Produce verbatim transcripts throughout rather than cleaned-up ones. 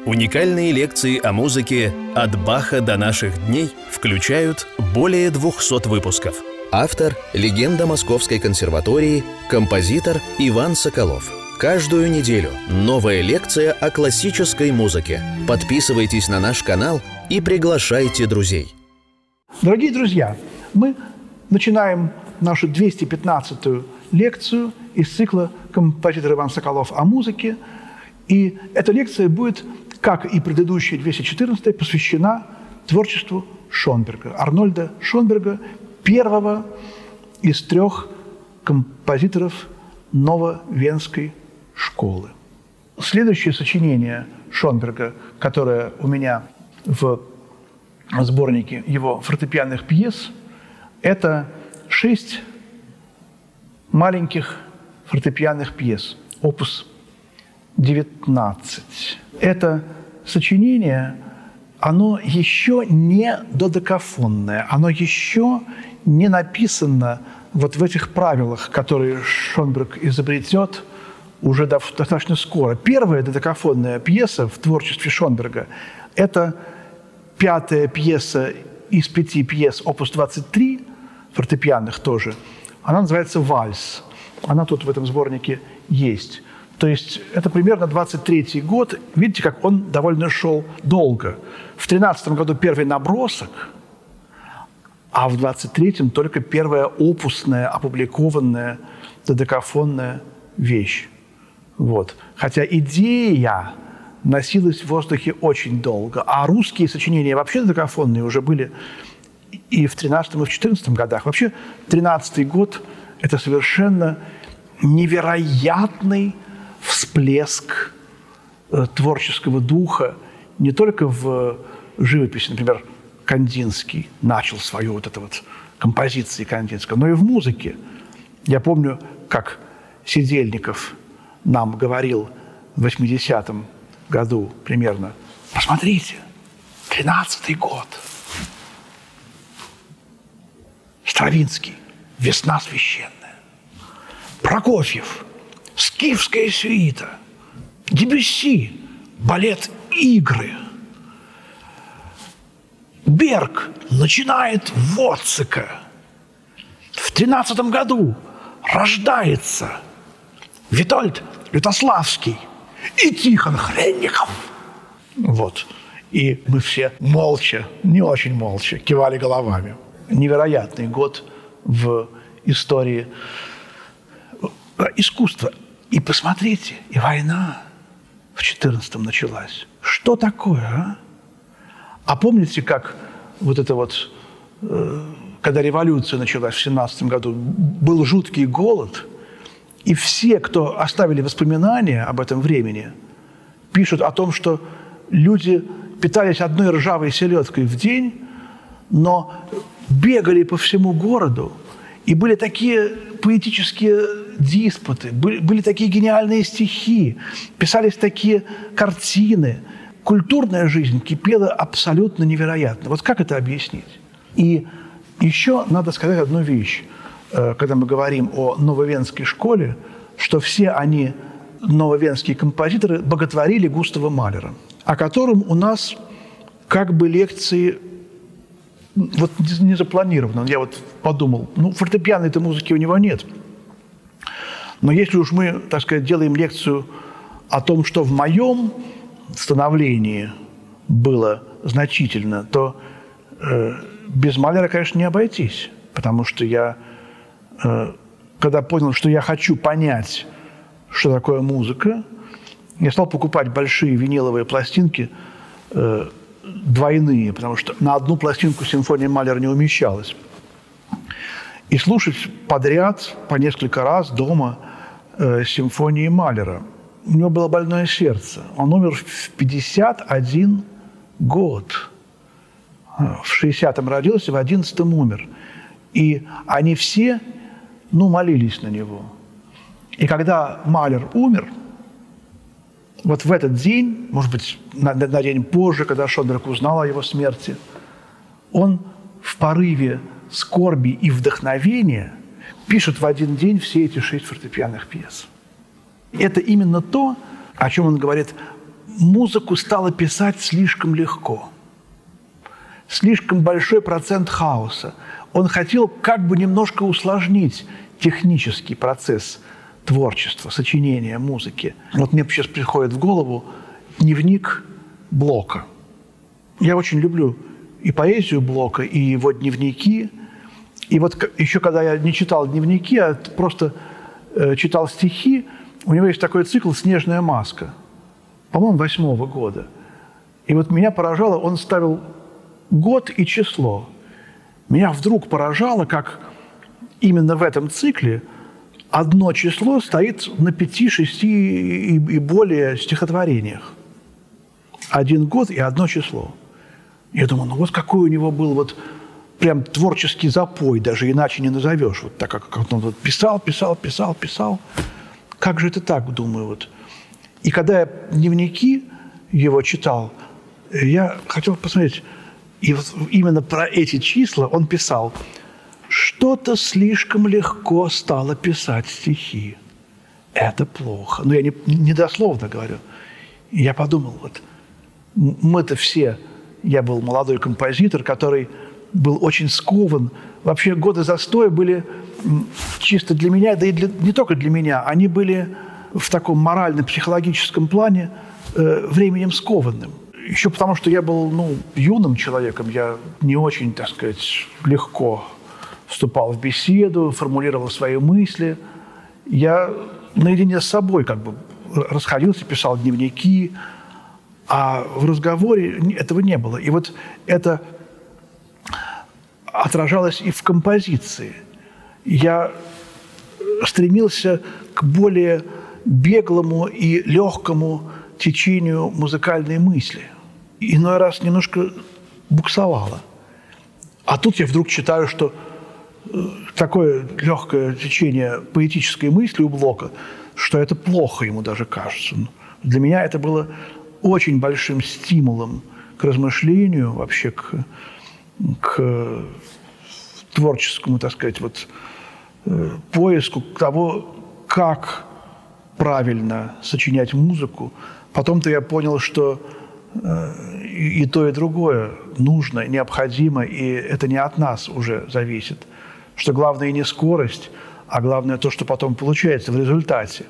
Уникальные лекции о музыке «От Баха до наших дней» включают более двухсот выпусков. Автор – легенда Московской консерватории, композитор Иван Соколов. Каждую неделю новая лекция о классической музыке. Подписывайтесь на наш канал и приглашайте друзей. Дорогие друзья, мы начинаем нашу двести пятнадцатую лекцию из цикла «Композитор Иван Соколов о музыке». И эта лекция будет, как и предыдущая двести четырнадцатая, посвящена творчеству Шонберга, Арнольда Шонберга, первого из трех композиторов Нововенской школы. Следующее сочинение Шонберга, которое у меня в сборнике его фортепианных пьес, это шесть маленьких фортепианных пьес, опус девятнадцать. Это сочинение, оно еще не додекафонное, оно еще не написано вот в этих правилах, которые Шонберг изобретет уже достаточно скоро. Первая додекафонная пьеса в творчестве Шонберга – это пятая пьеса из пяти пьес, опус двадцать три, фортепианных тоже. Она называется «Вальс». Она тут в этом сборнике есть. То есть это примерно двадцать третий год. Видите, как он довольно шел долго. В тринадцатом году первый набросок, а в двадцать третьем только первая опусная, опубликованная додекафонная вещь. Вот. Хотя идея носилась в воздухе очень долго. А русские сочинения вообще додекафонные уже были и в тринадцатом, и в четырнадцатом годах. Вообще тринадцатый год – это совершенно невероятный всплеск э, творческого духа не только в живописи, например, Кандинский начал свою вот эту вот композицию Кандинского, но и в музыке. Я помню, как Сидельников нам говорил в восьмидесятом году примерно: посмотрите, тринадцатый год, Стравинский, «Весна священная», Прокофьев, «Скифская сюита», Дебюсси, балет «Игры». Берг начинает Воцика. В тринадцатом году рождается Витольд Лютославский и Тихон Хренников. Вот. И мы все молча, не очень молча, кивали головами. Невероятный год в истории искусства. И посмотрите, и война в четырнадцатом началась. Что такое, а? А помните, как вот это вот, э, когда революция началась в семнадцатом году, был жуткий голод, и все, кто оставили воспоминания об этом времени, пишут о том, что люди питались одной ржавой селедкой в день, но бегали по всему городу, и были такие поэтические диспуты, были, были такие гениальные стихи, писались такие картины. Культурная жизнь кипела абсолютно невероятно. Вот как это объяснить? И еще надо сказать одну вещь, когда мы говорим о Нововенской школе, что все они, нововенские композиторы, боготворили Густава Малера, о котором у нас как бы лекции вот не запланировано. Я вот подумал, ну, фортепианной-то музыки у него нет. Но если уж мы, так сказать, делаем лекцию о том, что в моем становлении было значительно, то э, без Малера, конечно, не обойтись. Потому что я, э, когда понял, что я хочу понять, что такое музыка, я стал покупать большие виниловые пластинки, э, двойные, потому что на одну пластинку симфония Малера не умещалась. И слушать подряд по несколько раз дома э, симфонии Малера. У него было больное сердце. Он умер в пятьдесят один год. В шестидесятом родился, в одиннадцатом умер. И они все, ну, молились на него. И когда Малер умер, вот в этот день, может быть, на, на день позже, когда Шонберг узнал о его смерти, он в порыве скорби и вдохновения пишет в один день все эти шесть фортепианных пьес. Это именно то, о чем он говорит: музыку стало писать слишком легко. Слишком большой процент хаоса. Он хотел как бы немножко усложнить технический процесс творчества, сочинения музыки. Вот мне сейчас приходит в голову дневник Блока. Я очень люблю и поэзию Блока, и его дневники. И вот еще когда я не читал дневники, а просто э, читал стихи, у него есть такой цикл «Снежная маска», по-моему, восьмого года. И вот меня поражало, он ставил год и число. Меня вдруг поражало, как именно в этом цикле одно число стоит на пяти, шести и, и более стихотворениях. Один год и одно число. Я думаю, ну вот какой у него был вот прям творческий запой, даже иначе не назовешь. Вот так как он вот писал, писал, писал, писал. Как же это так, думаю, вот. И когда я дневники его читал, я хотел посмотреть, и вот именно про эти числа он писал: что-то слишком легко стало писать стихи. Это плохо. Но я не, не дословно говорю. И я подумал, вот мы-то все, я был молодой композитор, который был очень скован. Вообще годы застоя были чисто для меня, да и для, не только для меня, они были в таком морально-психологическом плане э, временем скованным. Еще потому, что я был ну, юным человеком, я не очень, так сказать, легко вступал в беседу, формулировал свои мысли. Я наедине с собой как бы расходился, писал дневники, а в разговоре этого не было. И вот это отражалось и в композиции. Я стремился к более беглому и легкому течению музыкальной мысли. Иной раз немножко буксовало. А тут я вдруг читаю, что такое легкое течение поэтической мысли у Блока, что это плохо ему даже кажется. Для меня это было очень большим стимулом к размышлению, вообще к, к творческому, так сказать, вот, поиску того, как правильно сочинять музыку. Потом-то я понял, что и, и то, и другое нужно, необходимо, и это не от нас уже зависит. Что главное не скорость, а главное то, что потом получается в результате.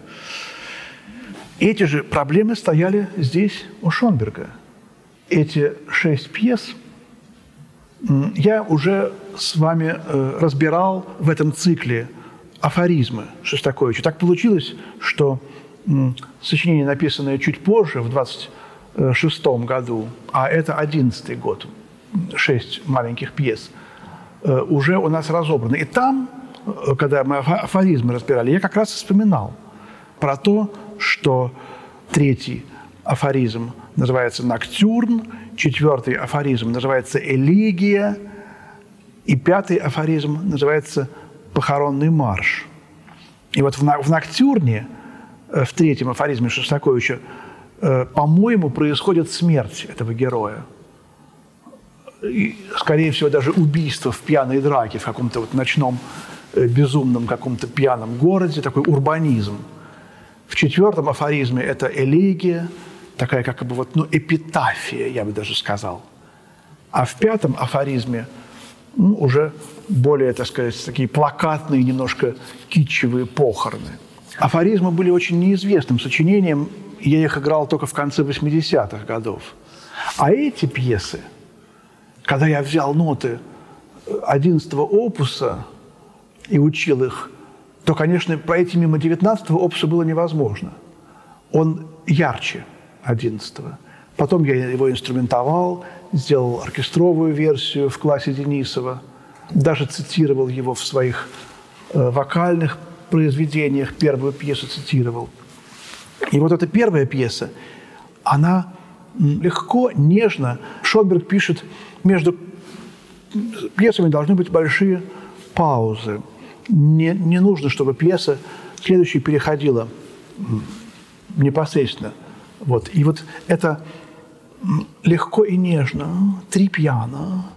Эти же проблемы стояли здесь у Шонберга. Эти шесть пьес я уже с вами разбирал в этом цикле афоризмы Шостаковича. Так получилось, что сочинение, написанное чуть позже, в двадцать шестом году, а это одиннадцатый год, шесть маленьких пьес, уже у нас разобраны. И там, когда мы афоризмы разбирали, я как раз вспоминал про то, что третий афоризм называется «Ноктюрн», четвертый афоризм называется «Элегия», и пятый афоризм называется «Похоронный марш». И вот в «Ноктюрне», в третьем афоризме Шостаковича, по-моему, происходит смерть этого героя. И, скорее всего, даже убийство в пьяной драке в каком-то вот ночном безумном каком-то пьяном городе, такой урбанизм. В четвертом афоризме это элегия, такая как бы вот, ну, эпитафия, я бы даже сказал. А в пятом афоризме ну, уже более, так сказать, такие плакатные, немножко китчевые похороны. Афоризмы были очень неизвестным сочинением, я их играл только в конце восьмидесятых годов. А эти пьесы, когда я взял ноты одиннадцатого опуса и учил их, то, конечно, пройти мимо девятнадцатого опуса было невозможно. Он ярче одиннадцатого. Потом я его инструментовал, сделал оркестровую версию в классе Денисова, даже цитировал его в своих э, вокальных произведениях, первую пьесу цитировал. И вот эта первая пьеса, она легко, нежно. Шонберг пишет, между пьесами должны быть большие паузы. Не, не нужно, чтобы пьеса следующая переходила непосредственно. Вот. И вот это легко и нежно. Три пьяно.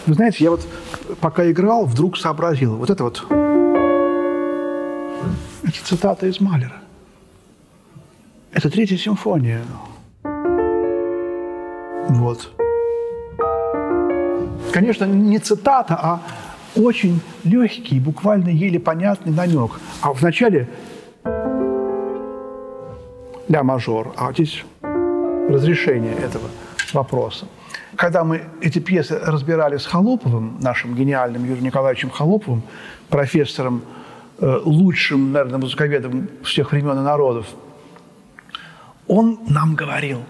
Вы знаете, я вот пока играл, вдруг сообразил. Вот это вот. Это цитата из Малера. Это третья симфония. Вот. Конечно, не цитата, а очень легкий, буквально еле понятный намек. А вначале ля мажор, а здесь разрешение этого вопроса. Когда мы эти пьесы разбирали с Холоповым, нашим гениальным Юрием Николаевичем Холоповым, профессором, э, лучшим, наверное, музыковедом всех времен и народов, он нам говорил: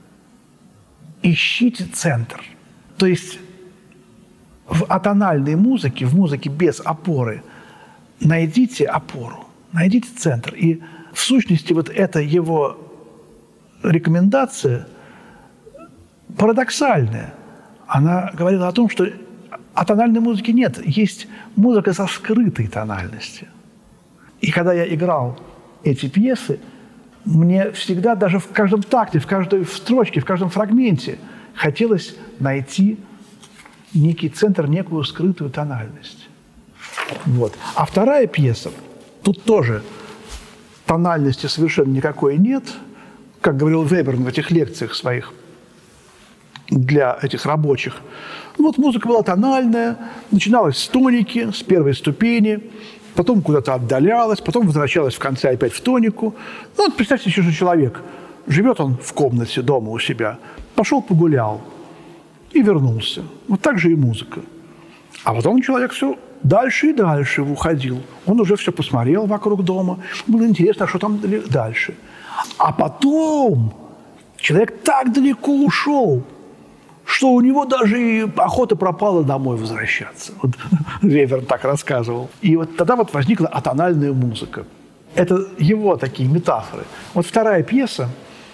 ищите центр. То есть в атональной музыке, в музыке без опоры, найдите опору, найдите центр. И в сущности вот эта его рекомендация парадоксальная. Она говорила о том, что атональной музыки нет, есть музыка со скрытой тональностью. И когда я играл эти пьесы, мне всегда, даже в каждом такте, в каждой строчке, в каждом фрагменте хотелось найти некий центр, некую скрытую тональность. Вот. А вторая пьеса, тут тоже тональности совершенно никакой нет. Как говорил Веберн в этих лекциях своих для этих рабочих. Вот музыка была тональная, начиналась с тоники, с первой ступени, потом куда-то отдалялась, потом возвращалась в конце опять в тонику. Ну, вот представьте себе, что человек, живет он в комнате дома у себя, пошел погулял и вернулся. Вот так же и музыка. А потом человек все дальше и дальше уходил. Он уже все посмотрел вокруг дома. Было интересно, а что там дальше. А потом человек так далеко ушел, что у него даже и охота пропала домой возвращаться. Вот Веберн так рассказывал. И вот тогда вот возникла атональная музыка. Это его такие метафоры. Вот вторая пьеса,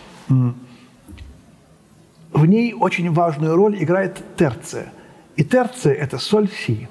в ней очень важную роль играет терция. И терция – это соль-си.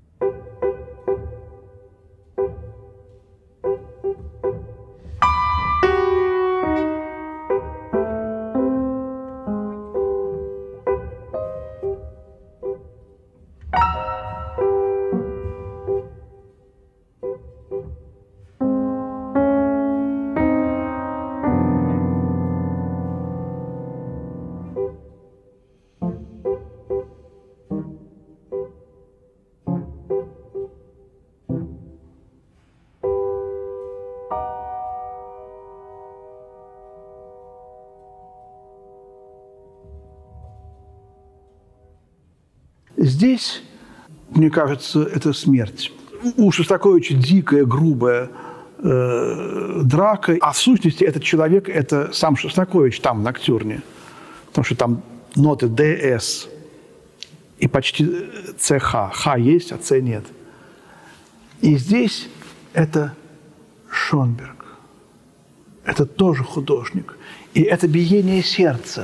Здесь, мне кажется, это смерть. У Шостаковича дикая, грубая э, драка, а в сущности этот человек – это сам Шостакович там, в ноктюрне. Потому что там ноты Д, С и почти Ц, Х. Х есть, а Ц нет. И здесь это Шонберг. Это тоже художник. И это биение сердца.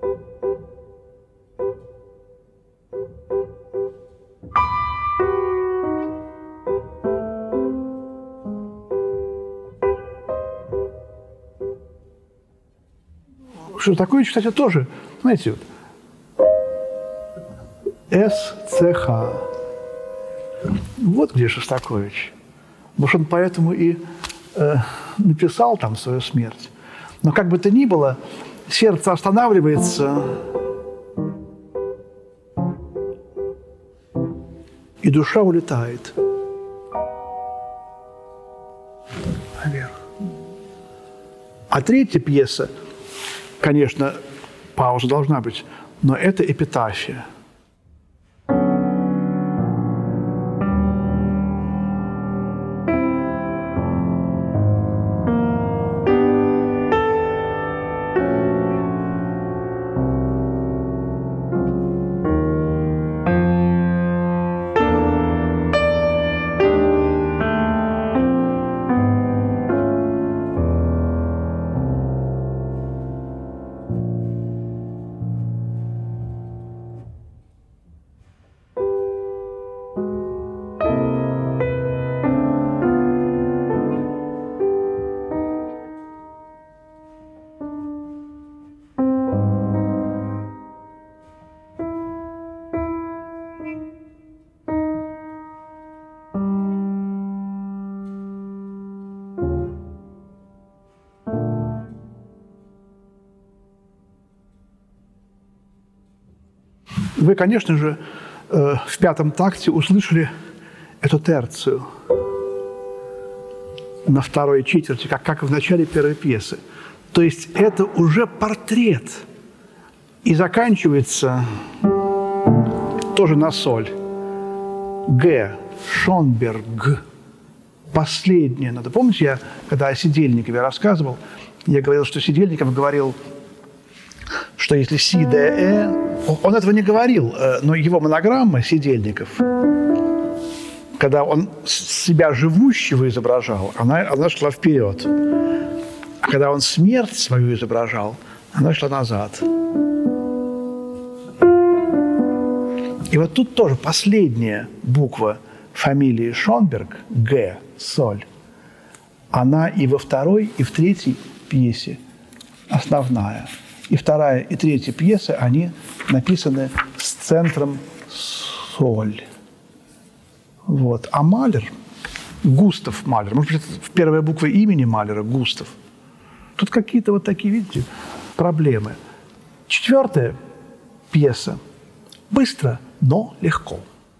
Шостакович, кстати, тоже, знаете, вот, С, Ц, Х. Вот где Шостакович. Может, он поэтому и э, написал там свою смерть. Но как бы то ни было, сердце останавливается, и душа улетает наверх. А третья пьеса, конечно, пауза должна быть, но это эпитафия. Вы, конечно же, в пятом такте услышали эту терцию на второй четверти, как, как в начале первой пьесы. То есть это уже портрет. И заканчивается тоже на соль. Г. Шонберг. Последнее надо. Помните, я, когда о Сидельникове рассказывал, я говорил, что Сидельников говорил, что если си, д, э... Он этого не говорил, но его монограмма Сидельников, когда он себя живущего изображал, она, она шла вперед. А когда он смерть свою изображал, она шла назад. И вот тут тоже последняя буква фамилии Шонберг, Г, соль, она и во второй, и в третьей пьесе основная. И вторая, и третья пьесы, они написаны с центром соль. Вот. А Малер, Густав Малер, может быть, это первая буква имени Малера, Густав. Тут какие-то вот такие, видите, проблемы. Четвертая пьеса. Быстро, но легко.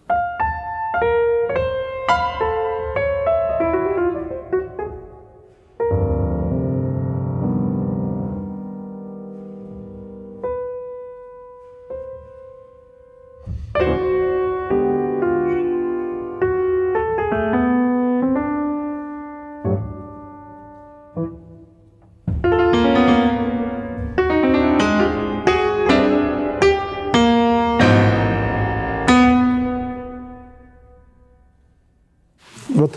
Вот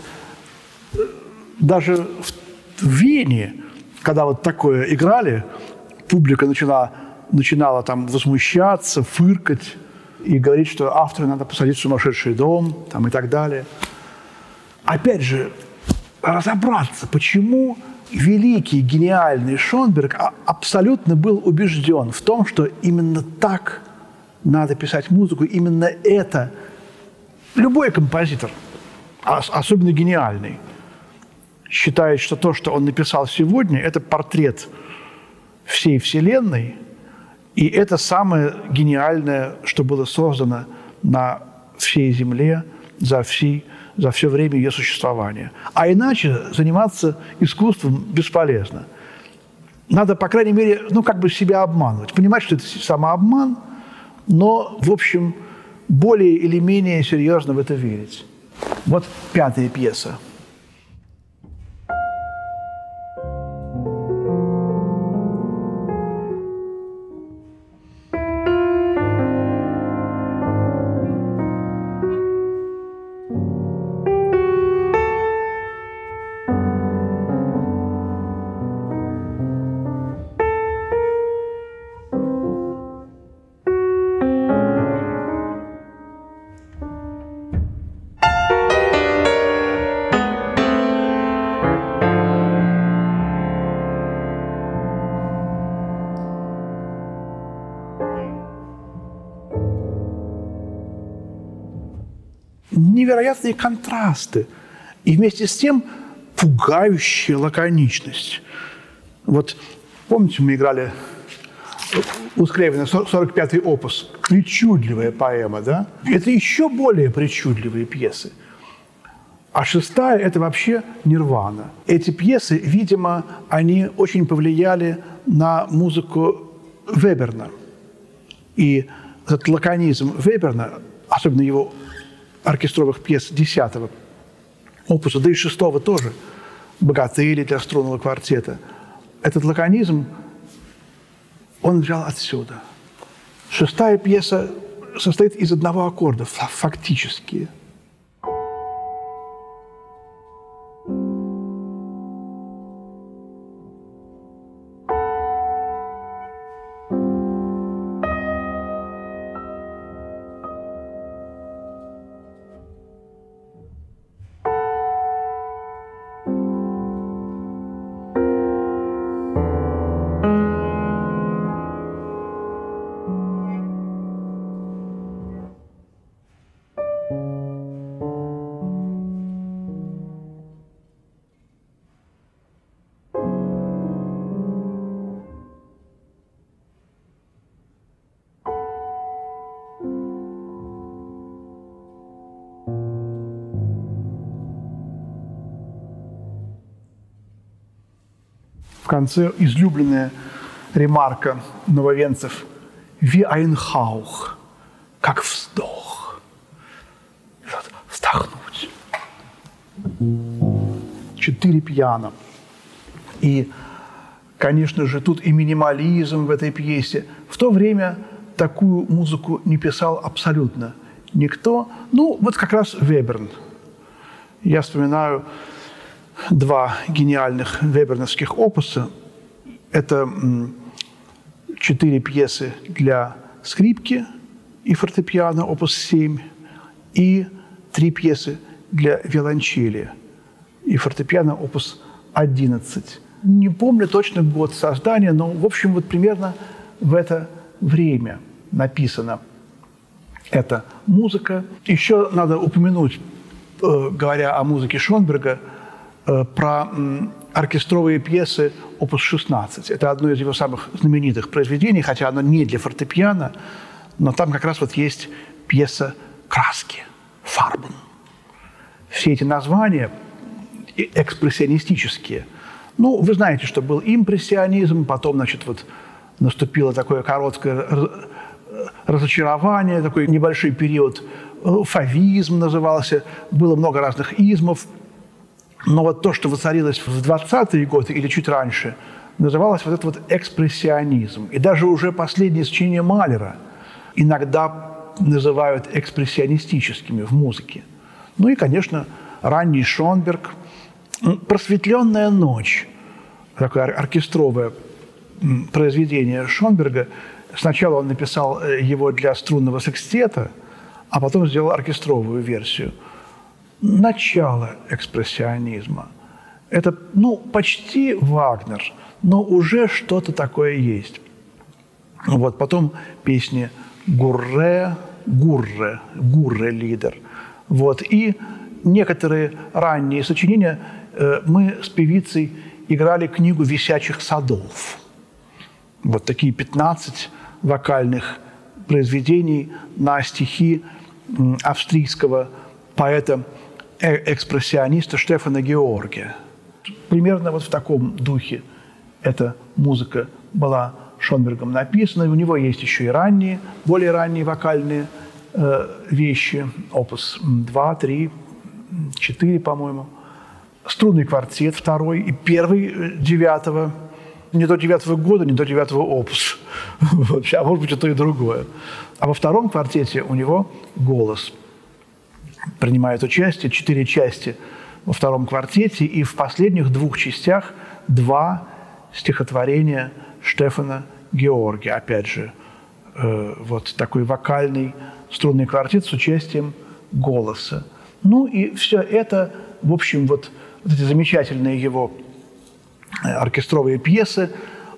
даже в Вене, когда вот такое играли, публика начала, начинала там возмущаться, фыркать и говорить, что автора надо посадить в сумасшедший дом там, и так далее. Опять же, разобраться, почему великий, гениальный Шонберг абсолютно был убежден в том, что именно так надо писать музыку, именно это любой композитор, особенно гениальный, считает, что то, что он написал сегодня, это портрет всей Вселенной, и это самое гениальное, что было создано на всей Земле за, всей, за все время ее существования. А иначе заниматься искусством бесполезно. Надо, по крайней мере, ну, как бы себя обманывать. Понимать, что это самообман, но, в общем, более или менее серьезно в это верить. Вот пятая пьеса. Невероятные контрасты. И вместе с тем пугающая лаконичность. Вот помните, мы играли у Скрябина сорок пятый опус. Причудливая поэма, да? Это еще более причудливые пьесы. А шестая – это вообще нирвана. Эти пьесы, видимо, они очень повлияли на музыку Веберна. И этот лаконизм Веберна, особенно его оркестровых пьес десятого опуса, да и шестого тоже, «Богатыри» для струнного квартета. Этот лаконизм, он взял отсюда. Шестая пьеса состоит из одного аккорда, фактически. в конце излюбленная ремарка нововенцев «Wie ein Hauch», как вздох. Вот, вздохнуть. Четыре пьяно. И, конечно же, тут и минимализм в этой пьесе. В то время такую музыку не писал абсолютно никто. Ну, вот как раз Веберн. Я вспоминаю два гениальных веберновских опуса. Это четыре пьесы для скрипки и фортепиано, опус семь, и три пьесы для виолончели и фортепиано, опус одиннадцать. Не помню точно год создания, но, в общем, вот примерно в это время написана эта музыка. Еще надо упомянуть, говоря о музыке Шонберга, про оркестровые пьесы опус шестнадцать. Это одно из его самых знаменитых произведений, хотя оно не для фортепиано, но там как раз вот есть пьеса «Краски», «Фарбен». Все эти названия экспрессионистические. Ну, вы знаете, что был импрессионизм, потом, значит, вот наступило такое короткое разочарование, такой небольшой период, фавизм назывался, было много разных измов. Но вот то, что воцарилось в двадцатые годы или чуть раньше, называлось вот это вот экспрессионизм. И даже уже последние сочинения Малера иногда называют экспрессионистическими в музыке. Ну и, конечно, ранний Шонберг. «Просветленная ночь», такое оркестровое произведение Шонберга. Сначала он написал его для струнного секстета, а потом сделал оркестровую версию. Начало экспрессионизма. Это, ну, почти Вагнер, но уже что-то такое есть. Вот, потом песни Гурре, Гурре, Гурре-лидер. Вот, и некоторые ранние сочинения э, мы с певицей играли книгу «Висячих садов». Вот такие пятнадцать вокальных произведений на стихи австрийского поэта-экспрессиониста Штефана Георгия. Примерно вот в таком духе эта музыка была Шонбергом написана. У него есть еще и ранние, более ранние вокальные э, вещи. Опус два, три, четыре, по-моему. Струнный квартет второй и первый девятого. Не до девятого года, не до девятого опуса. А может быть, и то, и другое. А во втором квартете у него голос принимает участие, четыре части во втором квартете, и в последних двух частях два стихотворения Штефана Георгия. Опять же, э, вот такой вокальный струнный квартет с участием голоса. Ну и все это, в общем, вот, вот эти замечательные его оркестровые пьесы,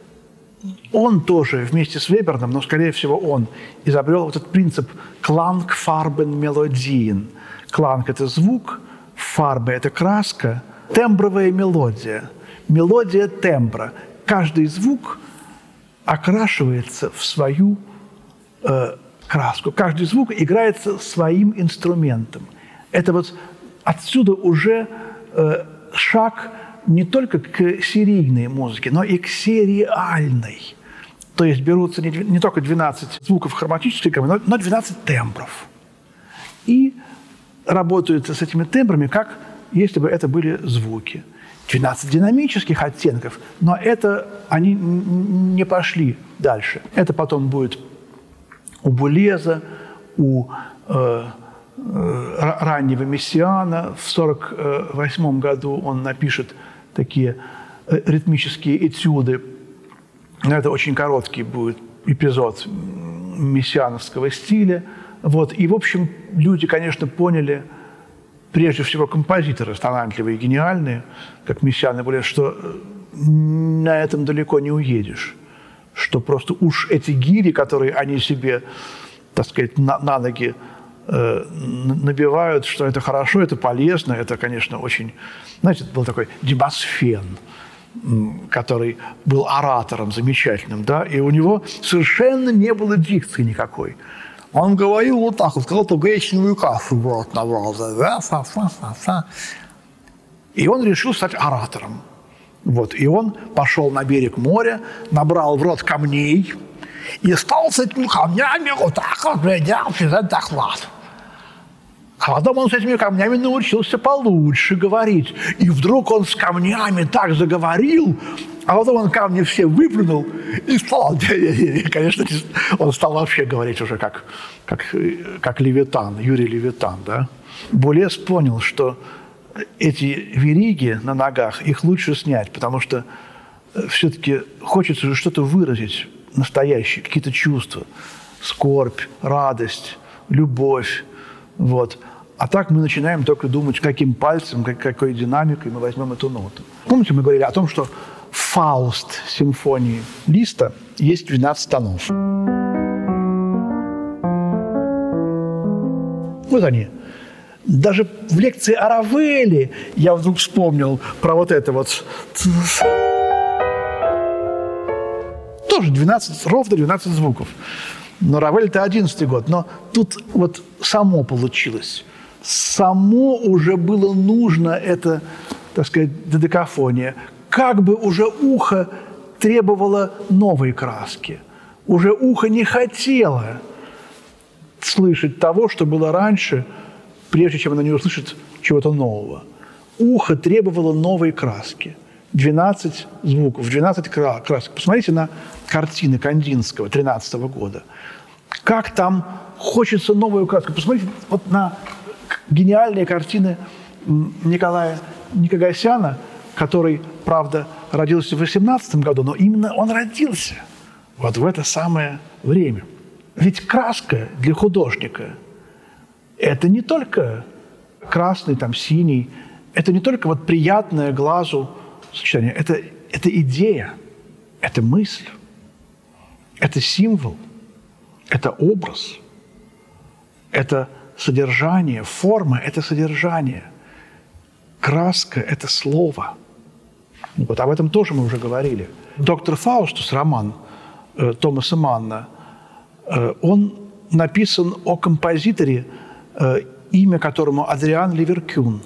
он тоже вместе с Веберном, но, скорее всего, он изобрел вот этот принцип «Klang, Farben, Melodien». Кланг – это звук, фарба – это краска, тембровая мелодия. Мелодия тембра. Каждый звук окрашивается в свою э, краску. Каждый звук играется своим инструментом. Это вот отсюда уже э, шаг не только к серийной музыке, но и к сериальной. То есть берутся не, не только двенадцать звуков хроматической гаммы, но, но двенадцать тембров. И работают с этими тембрами, как если бы это были звуки. двенадцать динамических оттенков, но это они не пошли дальше. Это потом будет у Булеза, у э, э, раннего Мессиана. В сорок восьмом году он напишет такие ритмические этюды. Это очень короткий будет эпизод мессиановского стиля. Вот. И, в общем, люди, конечно, поняли, прежде всего композиторы талантливые и гениальные, как Мессиан и Булез, что на этом далеко не уедешь. Что просто уж эти гири, которые они себе, так сказать, на, на ноги э, набивают, что это хорошо, это полезно, это, конечно, очень... Знаете, был такой Демосфен, который был оратором замечательным, да, и у него совершенно не было дикции никакой. Он говорил вот так вот, какую-то гречневую кашу в рот набрал. И он решил стать оратором. Вот. И он пошел на берег моря, набрал в рот камней и стал с этими камнями вот так вот писать доклад. А потом он с этими камнями научился получше говорить. И вдруг он с камнями так заговорил, а потом он камни все выплюнул и стал... Конечно, он стал вообще говорить уже как, как, как Левитан, Юрий Левитан. Да? Булес понял, что эти вериги на ногах, их лучше снять, потому что все-таки хочется же что-то выразить настоящее, какие-то чувства. Скорбь, радость, любовь. Вот. А так мы начинаем только думать, каким пальцем, какой динамикой мы возьмем эту ноту. Помните, мы говорили о том, что в «Фауст» симфонии Листа есть двенадцать тонов. Вот они. Даже в лекции о Равеле я вдруг вспомнил про вот это вот. Тоже двенадцать, ровно двенадцать звуков. Но Равель-то одиннадцатый год. Но тут вот само получилось. Само уже было нужно это, так сказать, додекафония. Как бы уже ухо требовало новой краски. Уже ухо не хотело слышать того, что было раньше, прежде чем оно не услышит чего-то нового. Ухо требовало новой краски. двенадцать звуков, двенадцать красок. Посмотрите на картины Кандинского тринадцатого года. Как там хочется новую краску. Посмотрите вот на гениальные картины Николая Никогасяна, который, правда, родился в восемнадцатом году, но именно он родился вот в это самое время. Ведь краска для художника – это не только красный, там, синий, это не только вот приятное глазу сочетание, это, это идея, это мысль, это символ, это образ, это содержание, форма – это содержание, краска – это слово. Вот об этом тоже мы уже говорили. «Доктор Фаустус», роман э, Томаса Манна, э, он написан о композиторе, э, имя которому Адриан Ливеркюн.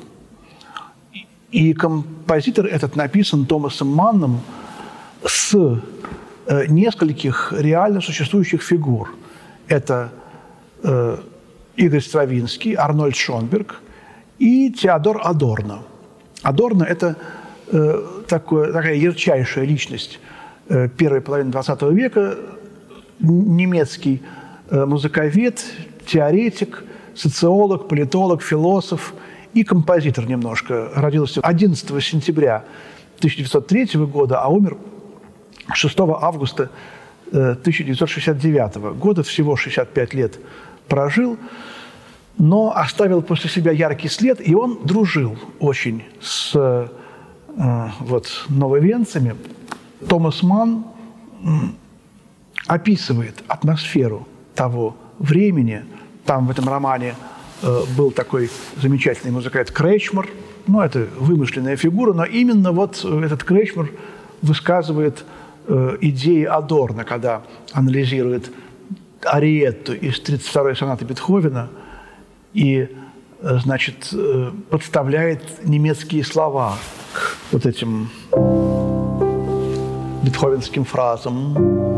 И композитор этот написан Томасом Манном с э, нескольких реально существующих фигур. Это э, Игорь Стравинский, Арнольд Шонберг и Теодор Адорно. Адорно – это э, такое, такая ярчайшая личность э, первой половины двадцатого века, немецкий э, музыковед, теоретик, социолог, политолог, философ и композитор немножко. Родился одиннадцатого сентября тысяча девятьсот третьего года, а умер шестого августа тысяча девятьсот шестьдесят девятого года. Всего шестьдесят пять лет прожил, но оставил после себя яркий след, и он дружил очень с э, вот, нововенцами. Томас Манн описывает атмосферу того времени. Там в этом романе э, был такой замечательный музыкант Кречмар. Ну, это вымышленная фигура, но именно вот этот Кречмар высказывает э, идеи Адорно, когда анализирует ариетту из тридцать второй сонаты Бетховена и, э, значит, э, подставляет немецкие слова к вот этим бетховенским фразам.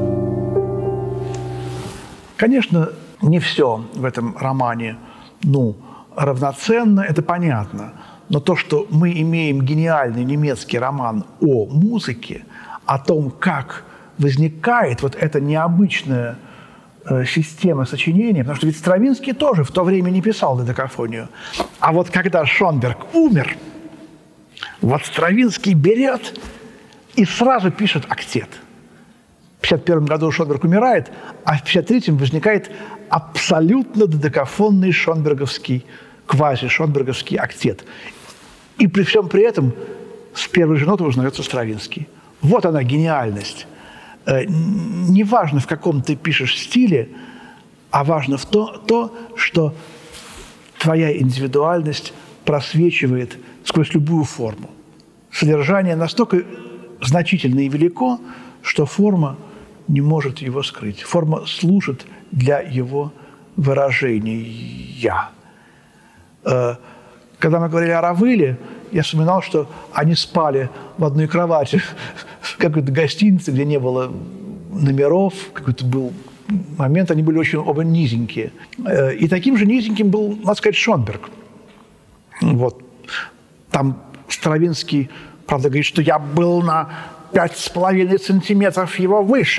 Конечно, не все в этом романе, ну, равноценно, это понятно. Но то, что мы имеем гениальный немецкий роман о музыке, о том, как возникает вот эта необычная э, система сочинения, потому что ведь Стравинский тоже в то время не писал додекафонию. А вот когда Шонберг умер, вот Стравинский берет и сразу пишет октет. В пятьдесят первом году Шонберг умирает, а в пятьдесят третьем возникает абсолютно додекафонный шонберговский, квази-шонберговский октет. И при всем при этом с первой же ноты узнается Стравинский. Вот она гениальность. Не важно, в каком ты пишешь стиле, а важно в то, то, что твоя индивидуальность просвечивает сквозь любую форму. Содержание настолько значительно и велико, что форма не может его скрыть. Форма служит для его выражения. Когда мы говорили о Равеле, я вспоминал, что они спали в одной кровати в какой-то гостинице, где не было номеров, какой-то был момент, они были очень оба низенькие. И таким же низеньким был, надо сказать, Шонберг. Вот. Там Стравинский, правда, говорит, что я был на пять с половиной сантиметров его выше.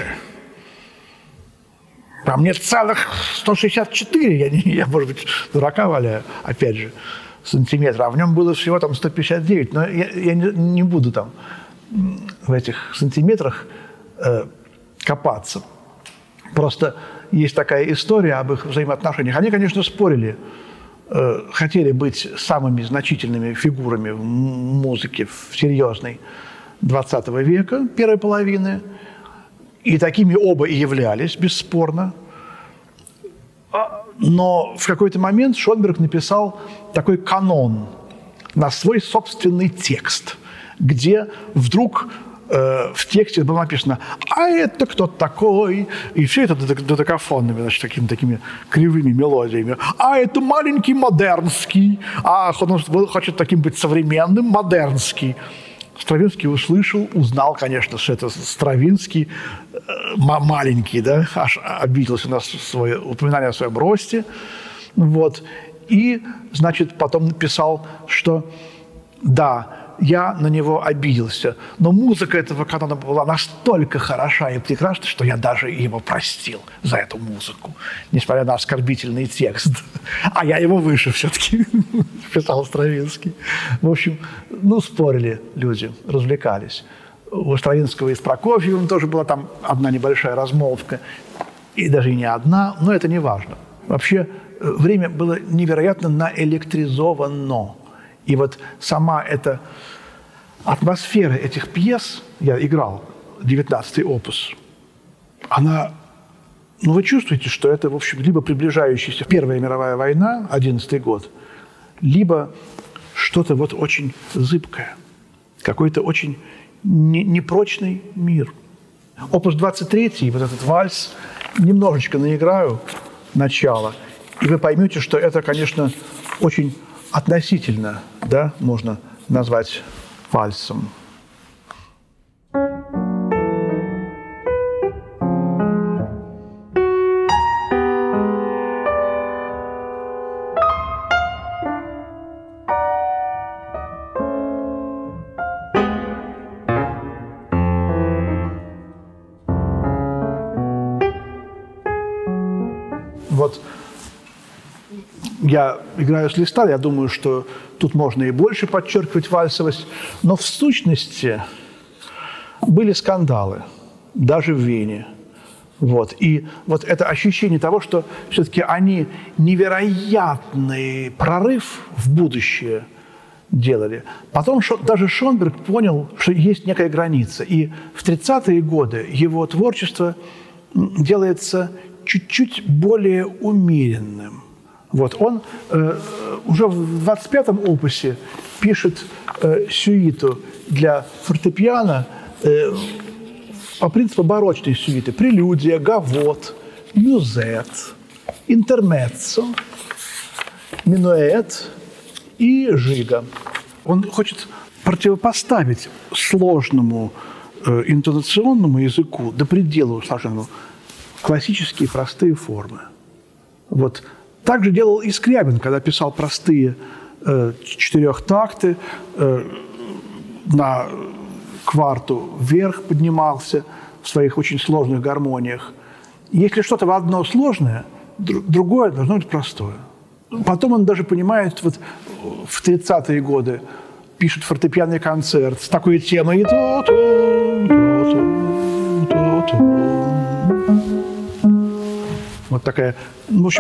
А мне целых сто шестьдесят четыре, я, не, я, может быть, дурака валяю, опять же, сантиметра. А в нем было всего там сто пятьдесят девять. Но я, я не, не буду там в этих сантиметрах э, копаться. Просто есть такая история об их взаимоотношениях. Они, конечно, спорили, э, хотели быть самыми значительными фигурами в музыке, в серьезной двадцатого века, первой половины. И такими оба и являлись, бесспорно. Но в какой-то момент Шонберг написал такой канон на свой собственный текст, где вдруг э, в тексте было написано «А это кто такой?» И все это додекафонными, значит, такими, такими кривыми мелодиями. «А это маленький модернский». А он хочет таким быть современным, модернский. Стравинский услышал, узнал, конечно, что это Стравинский, маленький, да, аж обиделся на свое упоминание о своем росте. Вот. И, значит, потом написал, что да, я на него обиделся, но музыка этого канона была настолько хороша и прекрасна, что я даже его простил за эту музыку, несмотря на оскорбительный текст. А я его выше все-таки, писал Стравинский. В общем, ну, спорили люди, развлекались. У Стравинского и с Прокофьевым тоже была там одна небольшая размолвка, и даже и не одна, но это не важно. Вообще, время было невероятно наэлектризовано. И вот сама эта атмосфера этих пьес, я играл девятнадцатый опус, она, ну вы чувствуете, что это, в общем, либо приближающаяся Первая мировая война, одиннадцатый год, либо что-то вот очень зыбкое, какой-то очень не, непрочный мир. Опус двадцать три, вот этот вальс, немножечко наиграю начало, и вы поймете, что это, конечно, очень относительно, да, можно назвать вальсом. Вот я играю с листа, я думаю, что тут можно и больше подчеркивать вальсовость, но в сущности были скандалы, даже в Вене. Вот. И вот это ощущение того, что все-таки они невероятный прорыв в будущее делали. Потом даже Шонберг понял, что есть некая граница. И в тридцатые годы его творчество делается чуть-чуть более умеренным. Вот, он э, уже в двадцать пятом опусе пишет э, сюиту для фортепиано э, по принципу барочной сюиты. Прелюдия, гавот, мюзет, интермеццо, минуэт и жига. Он хочет противопоставить сложному э, интонационному языку до предела усложненному классические простые формы. Вот. Так же делал и Скрябин, когда писал простые э, четырехтакты, э, на кварту вверх поднимался в своих очень сложных гармониях. Если что-то в одно сложное, др- другое должно быть простое. Потом он даже понимает, вот в тридцатые годы пишет фортепианный концерт с такой темой. Вот такая, в общем,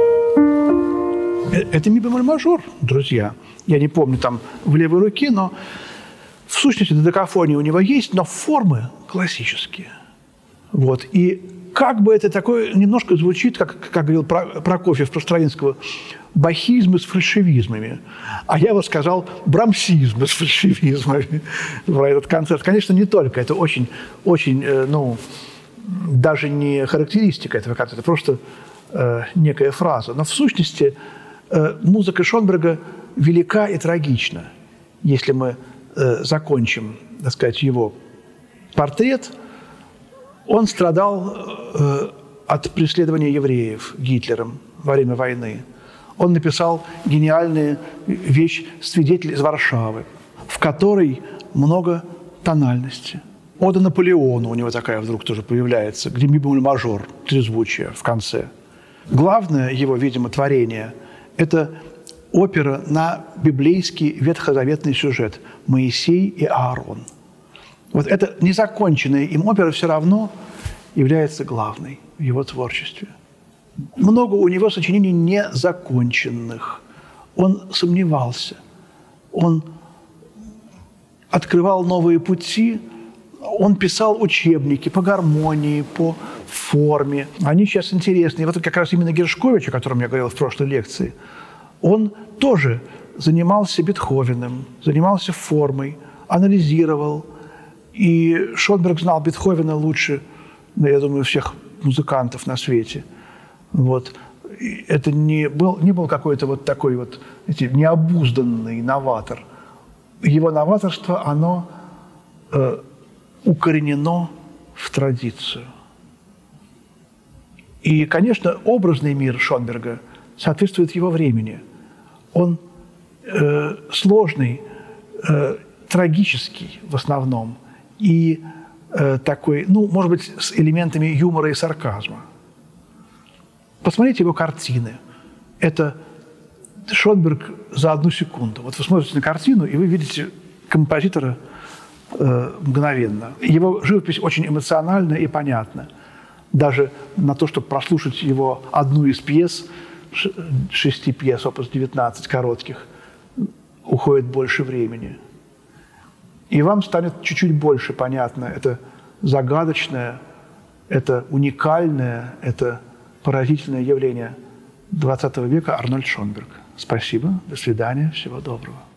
это ми-бемоль-мажор, друзья. Я не помню там в левой руке, но в сущности додекафония у него есть, но формы классические. Вот. И как бы это такое немножко звучит, как, как говорил Прокофьев про Стравинского, бахизмы с фальшивизмами. А я бы сказал брамсизмы с фальшивизмами про этот концерт. Конечно, не только. Это очень, очень, ну, даже не характеристика этого концерта, это просто э, некая фраза. Но в сущности э, музыка Шонберга велика и трагична. если мы э, закончим, так сказать, его портрет, он страдал э, от преследования евреев Гитлером во время войны. Он написал гениальную вещь «Свидетель из Варшавы», в которой много тональности. Ода Наполеону у него такая вдруг тоже появляется, где ми-бемоль-мажор, трезвучие в конце. Главное его, видимо, творение – это опера на библейский ветхозаветный сюжет «Моисей и Аарон». Вот эта незаконченная им опера все равно является главной в его творчестве. Много у него сочинений незаконченных. Он сомневался. Он открывал новые пути. Он писал учебники по гармонии, по форме. Они сейчас интересны. И вот как раз именно Гершкович, о котором я говорил в прошлой лекции, он тоже занимался Бетховеном, занимался формой, анализировал. И Шонберг знал Бетховена лучше, я думаю, всех музыкантов на свете. Вот. Это не был, не был какой-то вот такой вот, знаете, необузданный новатор. Его новаторство, оно э, укоренено в традицию. И, конечно, образный мир Шонберга соответствует его времени. Он э, сложный, э, трагический в основном и э, такой, ну, может быть, с элементами юмора и сарказма. Посмотрите его картины. Это Шонберг за одну секунду. Вот вы смотрите на картину, и вы видите композитора э, мгновенно. Его живопись очень эмоциональна и понятна. Даже на то, чтобы прослушать его одну из пьес, шести пьес, опус девятнадцать, коротких, уходит больше времени. И вам станет чуть-чуть больше понятно. Это загадочное, это уникальное, это поразительное явление двадцатого века Арнольд Шонберг. Спасибо, до свидания, всего доброго.